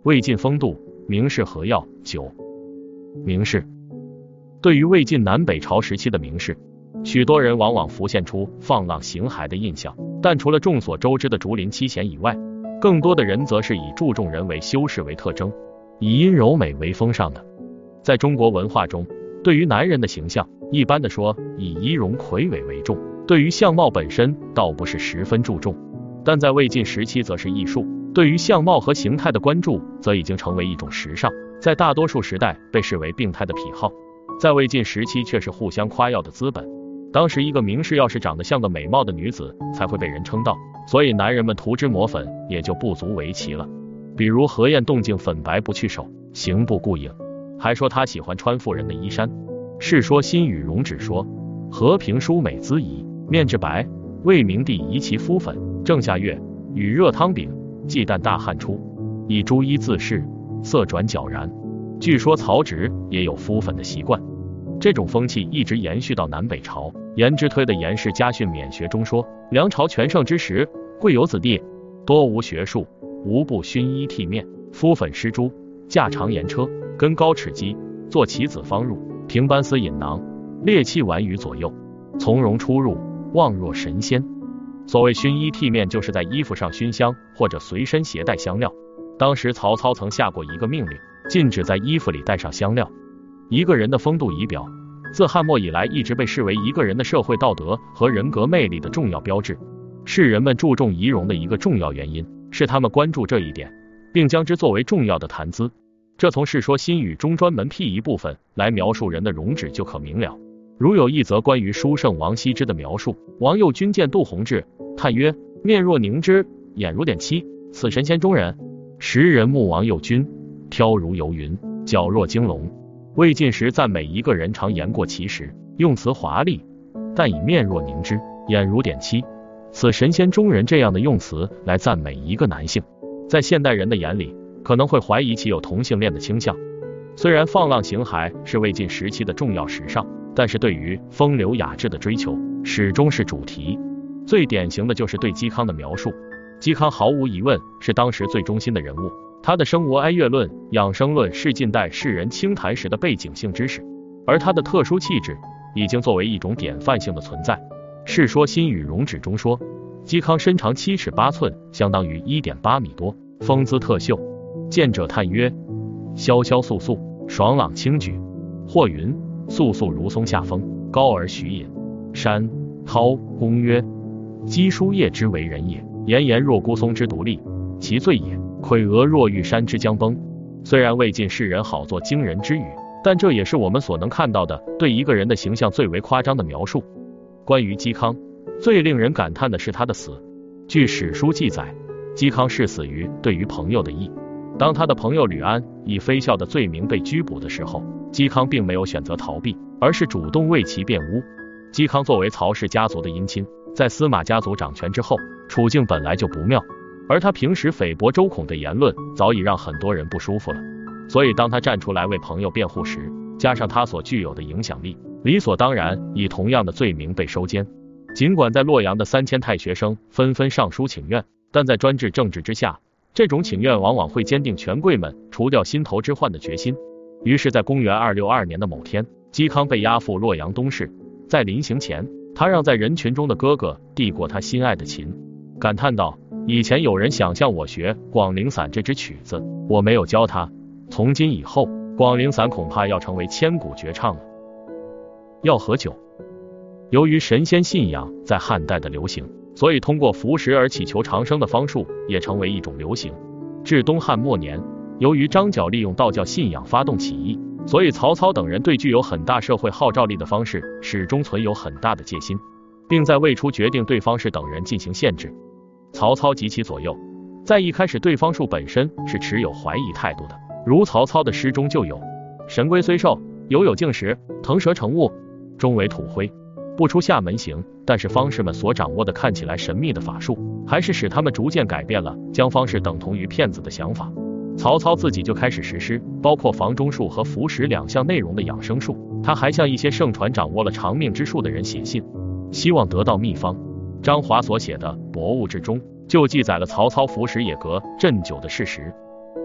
魏晋风度，名士何要九。名士，对于魏晋南北朝时期的名士，许多人往往浮现出放浪形骸的印象，但除了众所周知的竹林七贤以外，更多的人则是以注重人为修饰为特征，以阴柔美为风尚的。在中国文化中，对于男人的形象，一般的说以仪容魁伟为重，对于相貌本身倒不是十分注重。但在魏晋时期则是艺术，对于相貌和形态的关注则已经成为一种时尚，在大多数时代被视为病态的癖好，在魏晋时期却是互相夸耀的资本。当时一个名士要是长得像个美貌的女子才会被人称道，所以男人们涂脂抹粉也就不足为奇了。比如何晏动静粉白不去手，行不顾影，还说他喜欢穿妇人的衣衫。世说新语容止说，和平淑美姿仪，面至白，魏明帝宜其敷粉，正下月，与热汤饼，忌惮大汗出，以朱衣自饰，色转皎然。据说曹植也有敷粉的习惯。这种风气一直延续到南北朝。颜之推的《颜氏家训勉学》中说，梁朝全盛之时，贵有子弟，多无学术，无不熏衣剃面，敷粉施朱，驾长言车，跟高齿机，坐其子方入，平班丝引囊，列器玩于左右，从容出入，望若神仙。所谓熏衣剃面，就是在衣服上熏香，或者随身携带香料。当时曹操曾下过一个命令，禁止在衣服里带上香料。一个人的风度仪表，自汉末以来一直被视为一个人的社会道德和人格魅力的重要标志，是人们注重仪容的一个重要原因，是他们关注这一点，并将之作为重要的谈资。这从《世说新语》中专门辟一部分来描述人的容止就可明了。如有一则关于书圣王羲之的描述，王右军见杜弘志，叹曰：面若凝脂，眼如点漆，此神仙中人。时人目王右军，飘如游云，皎若惊龙。魏晋时赞美一个人常言过其实，用词华丽，但以面若凝脂，眼如点漆，此神仙中人这样的用词来赞美一个男性，在现代人的眼里可能会怀疑其有同性恋的倾向。虽然放浪形骸是魏晋时期的重要时尚，但是对于风流雅致的追求始终是主题。最典型的就是对嵇康的描述。嵇康毫无疑问是当时最中心的人物，他的生活哀乐论、养生论是近代世人清谈时的背景性知识，而他的特殊气质已经作为一种典范性的存在。《世说新语容止》中说，嵇康身长7尺8寸，相当于 1.8米多，风姿特秀。见者叹曰：萧萧肃肃，爽朗轻举。或云：肃肃如松下风，高而许隐。山涛公曰：嵇叔夜之为人也，炎炎若孤松之独立，其罪也。魁峨若玉山之将崩。虽然魏晋世人好作惊人之语，但这也是我们所能看到的对一个人的形象最为夸张的描述。关于嵇康，最令人感叹的是他的死。据史书记载，嵇康是死于对于朋友的义。当他的朋友吕安以非孝的罪名被拘捕的时候，嵇康并没有选择逃避，而是主动为其辩污。嵇康作为曹氏家族的姻亲，在司马家族掌权之后，处境本来就不妙，而他平时诽谤周孔的言论早已让很多人不舒服了，所以当他站出来为朋友辩护时，加上他所具有的影响力，理所当然以同样的罪名被收监。尽管在洛阳的3000太学生纷纷上书请愿，但在专制政治之下，这种请愿往往会坚定权贵们除掉心头之患的决心。于是在公元262年的某天，嵇康被押赴洛阳东市，在临行前，他让在人群中的哥哥递过他心爱的琴，感叹道：以前有人想向我学《广陵散》这支曲子，我没有教他，从今以后《广陵散》恐怕要成为千古绝唱了。要喝酒。由于神仙信仰在汉代的流行，所以通过服食而祈求长生的方术也成为一种流行。至东汉末年，由于张角利用道教信仰发动起义，所以曹操等人对具有很大社会号召力的方士始终存有很大的戒心，并在未出决定对方士等人进行限制。曹操及其左右在一开始对方术本身是持有怀疑态度的，如曹操的诗中就有：神龟虽寿，犹有竟时，腾蛇乘雾，终为土灰。不出下门行，但是方士们所掌握的看起来神秘的法术，还是使他们逐渐改变了将方士等同于骗子的想法。曹操自己就开始实施包括房中术和服食2项内容的养生术，他还向一些盛传掌握了长命之术的人写信，希望得到秘方。张华所写的《博物志》中就记载了曹操服食野格鸩酒的事实。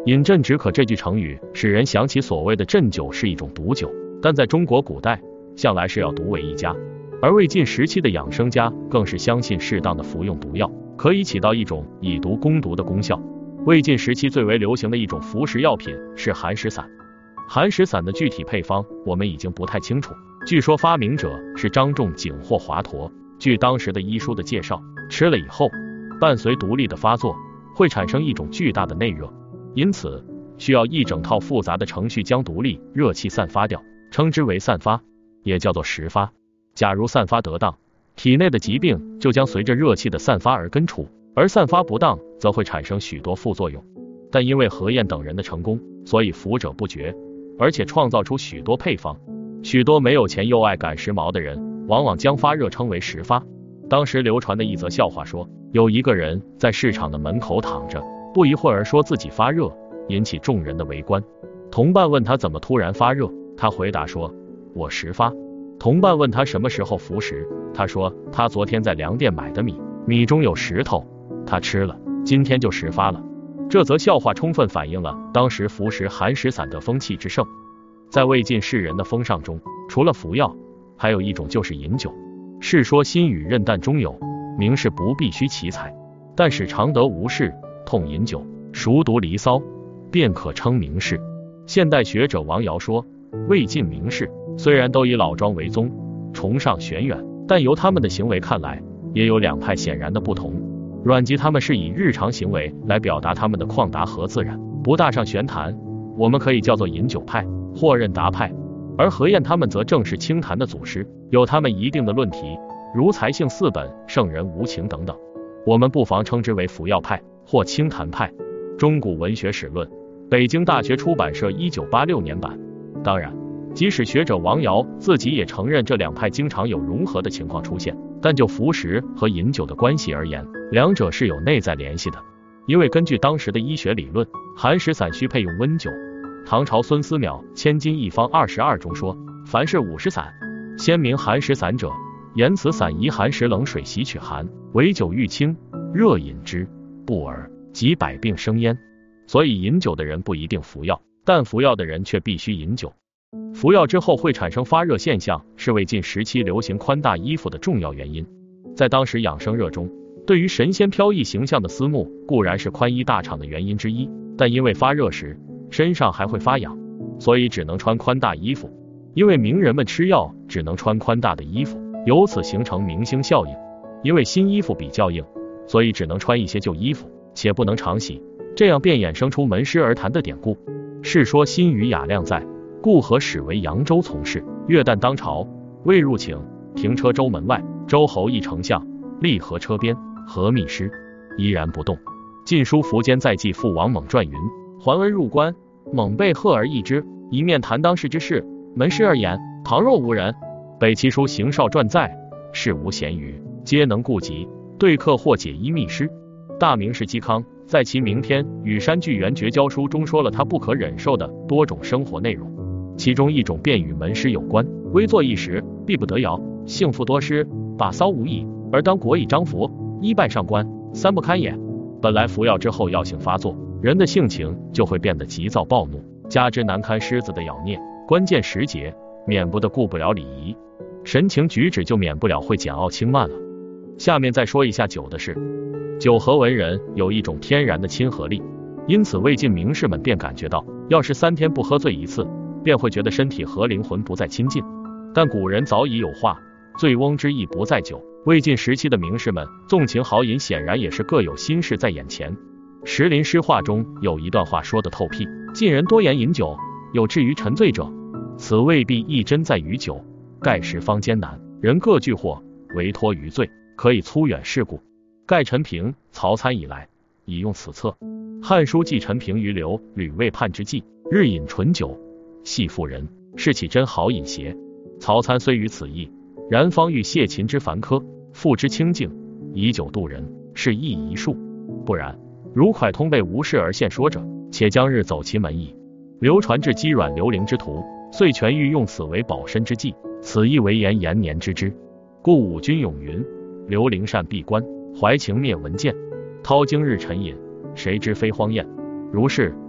饮鸩止渴这句成语使人想起所谓的鸩酒是一种毒酒，但在中国古代向来是要毒为一家，而魏晋时期的养生家更是相信适当的服用毒药可以起到一种以毒攻毒的功效。魏晋时期最为流行的一种服食药品是寒食散。寒食散的具体配方我们已经不太清楚，据说发明者是张仲景或华佗。据当时的医书的介绍，吃了以后伴随毒力的发作会产生一种巨大的内热，因此需要一整套复杂的程序将毒力热气散发掉，称之为散发，也叫做食发。假如散发得当，体内的疾病就将随着热气的散发而根除，而散发不当则会产生许多副作用。但因为何晏等人的成功，所以服者不绝，而且创造出许多配方。许多没有钱又爱赶时髦的人往往将发热称为食发。当时流传的一则笑话说，有一个人在市场的门口躺着，不一会儿说自己发热，引起众人的围观。同伴问他怎么突然发热，他回答说，我食发。同伴问他什么时候服食，他说他昨天在粮店买的米，米中有石头，他吃了，今天就食发了。这则笑话充分反映了当时服食寒食散的风气之盛。在魏晋士人的风尚中，除了服药，还有一种就是饮酒。世说新语任诞中有，名士不必须奇才，但使常得无事，痛饮酒，熟读离骚，便可称名士。现代学者王尧说，魏晋名士虽然都以老庄为宗，崇尚玄远，但由他们的行为看来，也有两派显然的不同。阮籍他们是以日常行为来表达他们的旷达和自然，不大上玄谈，我们可以叫做饮酒派或任达派。而何晏他们则正是清谈的祖师，有他们一定的论题，如才性四本、圣人无情等等，我们不妨称之为服药派或清谈派。中古文学史论，北京大学出版社1986年版。当然，即使学者王尧自己也承认这两派经常有融合的情况出现，但就服食和饮酒的关系而言，两者是有内在联系的。因为根据当时的医学理论，寒食散需配用温酒。唐朝孙思邈《千金一方22》中说，凡是50散，先名寒食散者，言此散宜寒食冷水洗取寒，为酒欲清，热饮之，不尔，即百病生焉。所以饮酒的人不一定服药，但服药的人却必须饮酒。服药之后会产生发热现象，是魏晋时期流行宽大衣服的重要原因。在当时养生热中，对于神仙飘逸形象的思慕固然是宽衣大氅的原因之一，但因为发热时身上还会发痒，所以只能穿宽大衣服。因为名人们吃药只能穿宽大的衣服，由此形成明星效应。因为新衣服比较硬，所以只能穿一些旧衣服，且不能常洗，这样便衍生出门师而谈的典故。世说新语雅量在，故何使为扬州从事。月旦当朝，未入寝，停车州门外，周侯议丞相，立河车边，何密师依然不动。晋书苻坚在记父王猛传云，桓温入关，猛被贺而议之，一面谈当时之事，门师而言，旁若无人。北齐书邢绍传载，事无咸余，皆能顾及，对客或解衣密师。大名士嵇康在其名篇与山巨源绝交书中说了他不可忍受的多种生活内容，其中一种便与门师有关，微作一时，必不得摇，幸复多失，把骚无益，而当国以章服，一拜上官，三不堪也。本来服药之后药性发作，人的性情就会变得急躁暴怒，加之难堪狮子的咬啮，关键时节免不得顾不了礼仪，神情举止就免不了会简傲轻慢了。下面再说一下酒的事。酒和文人有一种天然的亲和力，因此魏晋名士们便感觉到，要是3天不喝醉一次，便会觉得身体和灵魂不再亲近。但古人早已有话，醉翁之意不在酒。魏晋时期的名士们纵情豪饮，显然也是各有心事在眼前。石林诗话中有一段话说得透辟，晋人多言饮酒，有至于沉醉者，此未必亦真在于酒，盖十方艰难，人各具祸，唯托于醉，可以粗远事故。盖陈平、曹参以来，已用此策。汉书记陈平于刘吕魏叛之际，日饮醇酒，系妇人，是岂真好饮邪？曹参虽于此意，然方欲谢秦之繁苛，复之清静，以酒度人，是亦一术。不然，如蒯通被无事而现说者，且将日走其门矣。流传至鸡软刘伶之徒，遂全欲用此为保身之计，此亦为延年之之。故武君咏云：刘伶善闭关，怀情灭文见，涛经日沉饮，谁知非荒宴。如是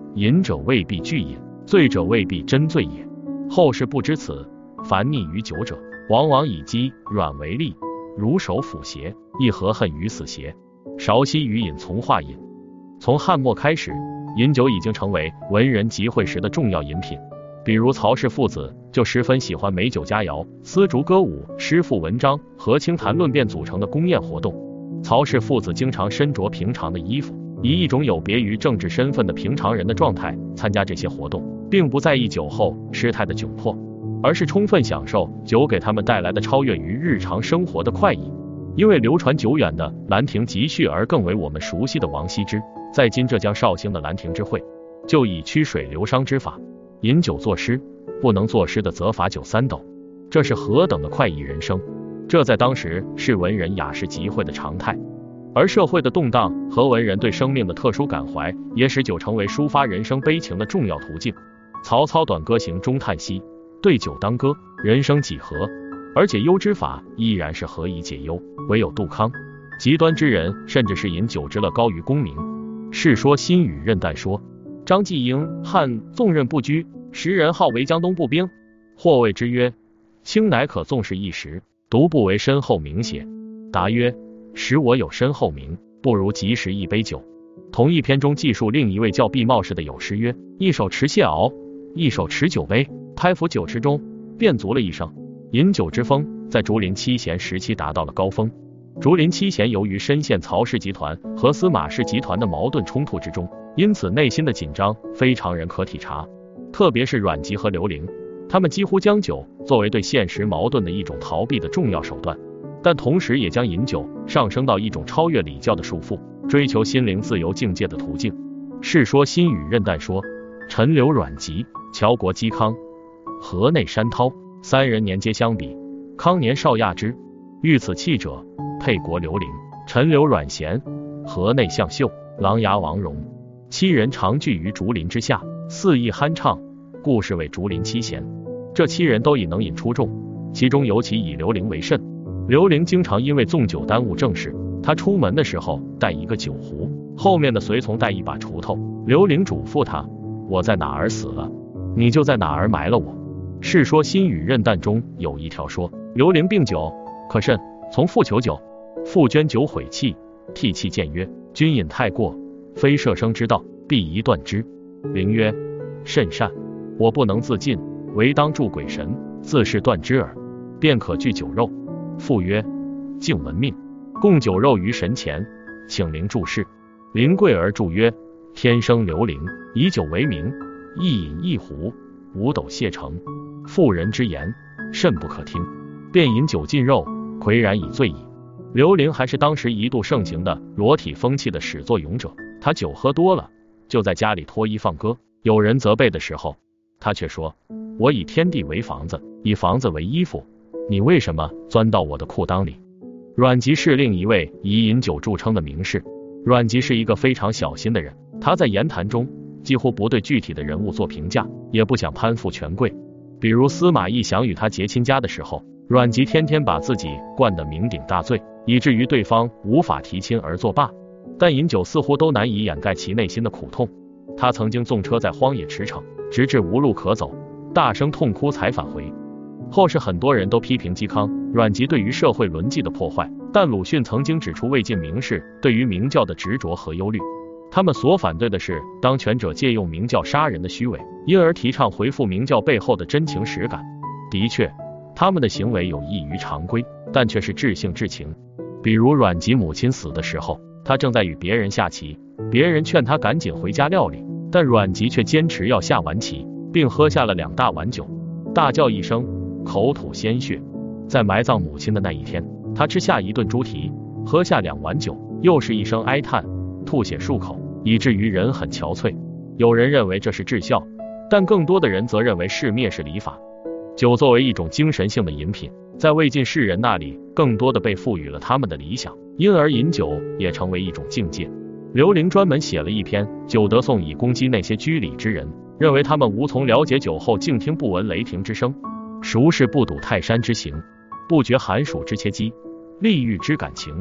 饮者未必具饮，醉者未必真醉也。后世不知此，凡溺于酒者，往往以鸡软为例，如手抚邪，亦何恨于死邪？韶息于饮从化饮。从汉末开始，饮酒已经成为文人集会时的重要饮品。比如曹氏父子就十分喜欢美酒佳肴、丝竹歌舞、诗赋文章和清谈论辩组成的宫宴活动。曹氏父子经常身着平常的衣服，以一种有别于政治身份的平常人的状态参加这些活动，并不在意酒后失态的窘迫，而是充分享受酒给他们带来的超越于日常生活的快意。因为流传久远的兰亭集序而更为我们熟悉的王羲之，在今浙江绍兴的兰亭之会，就以曲水流觞之法饮酒作诗，不能作诗的则罚酒3斗。这是何等的快意人生！这在当时是文人雅士集会的常态。而社会的动荡和文人对生命的特殊感怀，也使酒成为抒发人生悲情的重要途径。曹操《短歌行》中叹息：对酒当歌，人生几何？而解忧之法依然是何以解忧，唯有杜康。极端之人甚至是饮酒之乐高于功名。《世说新语·任诞说》：张继英汉纵任不居，10人号为江东步兵，或谓之曰：卿乃可纵使一时，独不为身后名邪？答曰：使我有身后名，不如及时一杯酒。同一篇中记述另一位叫毕茂氏的有诗曰：一手持蟹螯，一手持酒杯，拍拂酒池中，便足了一生。饮酒之风在竹林七贤时期达到了高峰。竹林七贤由于深陷曹氏集团和司马氏集团的矛盾冲突之中，因此内心的紧张非常人可体察。特别是阮籍和刘伶，他们几乎将酒作为对现实矛盾的一种逃避的重要手段，但同时也将饮酒上升到一种超越礼教的束缚，追求心灵自由境界的途径。《世说新语·任诞说》：陈留、阮籍、乔国嵇康、河内山涛3人年皆相比，康年少亚之。遇此器者，沛国刘伶、陈留阮咸、河内向秀、琅琊王戎。7人常聚于竹林之下，肆意酣畅，故事为竹林七贤。这7人都以能饮出众，其中尤其以刘伶为甚。刘伶经常因为纵酒耽误正事，他出门的时候带一个酒壶，后面的随从带一把锄头。刘伶嘱咐他：我在哪儿死了，你就在哪儿埋了我。《世说新语·任诞》中有一条说：刘伶病酒，可甚，从父求酒，父捐酒毁器，涕泣谏曰：君饮太过，非摄生之道，必宜断之。伶曰：甚善，我不能自尽，唯当助鬼神，自是断之耳，便可具酒肉。父曰：敬闻命，供酒肉于神前，请伶注释。伶跪而注曰：天生刘伶，以酒为名，一饮一壶，5斗谢成。妇人之言，甚不可听，便饮酒尽肉，岿然已醉矣。刘伶还是当时一度盛行的裸体风气的始作俑者，他酒喝多了，就在家里脱衣放歌。有人责备的时候，他却说：我以天地为房子，以房子为衣服，你为什么钻到我的裤裆里？阮籍是另一位以饮酒著称的名士。阮籍是一个非常小心的人，他在言谈中几乎不对具体的人物做评价，也不想攀附权贵。比如司马懿想与他结亲家的时候，阮籍天天把自己灌得酩酊大醉，以至于对方无法提亲而作罢。但饮酒似乎都难以掩盖其内心的苦痛。他曾经纵车在荒野驰骋，直至无路可走，大声痛哭才返回。后世很多人都批评嵇康、阮籍对于社会沦寂的破坏，但鲁迅曾经指出魏晋名士对于明教的执着和忧虑。他们所反对的是当权者借用明教杀人的虚伪，因而提倡回复明教背后的真情实感。的确，他们的行为有异于常规，但却是至性至情。比如阮籍母亲死的时候，他正在与别人下棋，别人劝他赶紧回家料理，但阮籍却坚持要下完棋，并喝下了2大碗酒，大叫一声，口吐鲜血。在埋葬母亲的那一天，他吃下1顿猪蹄，喝下2碗酒，又是一声哀叹，吐血数口，以至于人很憔悴。有人认为这是至孝，但更多的人则认为是蔑视礼法。酒作为一种精神性的饮品，在魏晋士人那里更多的被赋予了他们的理想，因而饮酒也成为一种境界。刘伶专门写了一篇《酒德颂》以攻击那些居礼之人，认为他们无从了解酒后静听不闻雷霆之声，孰是不睹泰山之行，不觉寒暑之切机，利欲之感情，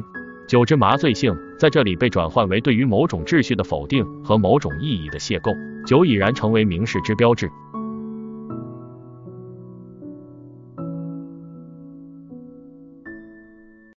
酒之麻醉性在这里被转换为对于某种秩序的否定和某种意义的邂逅，酒已然成为明示之标志。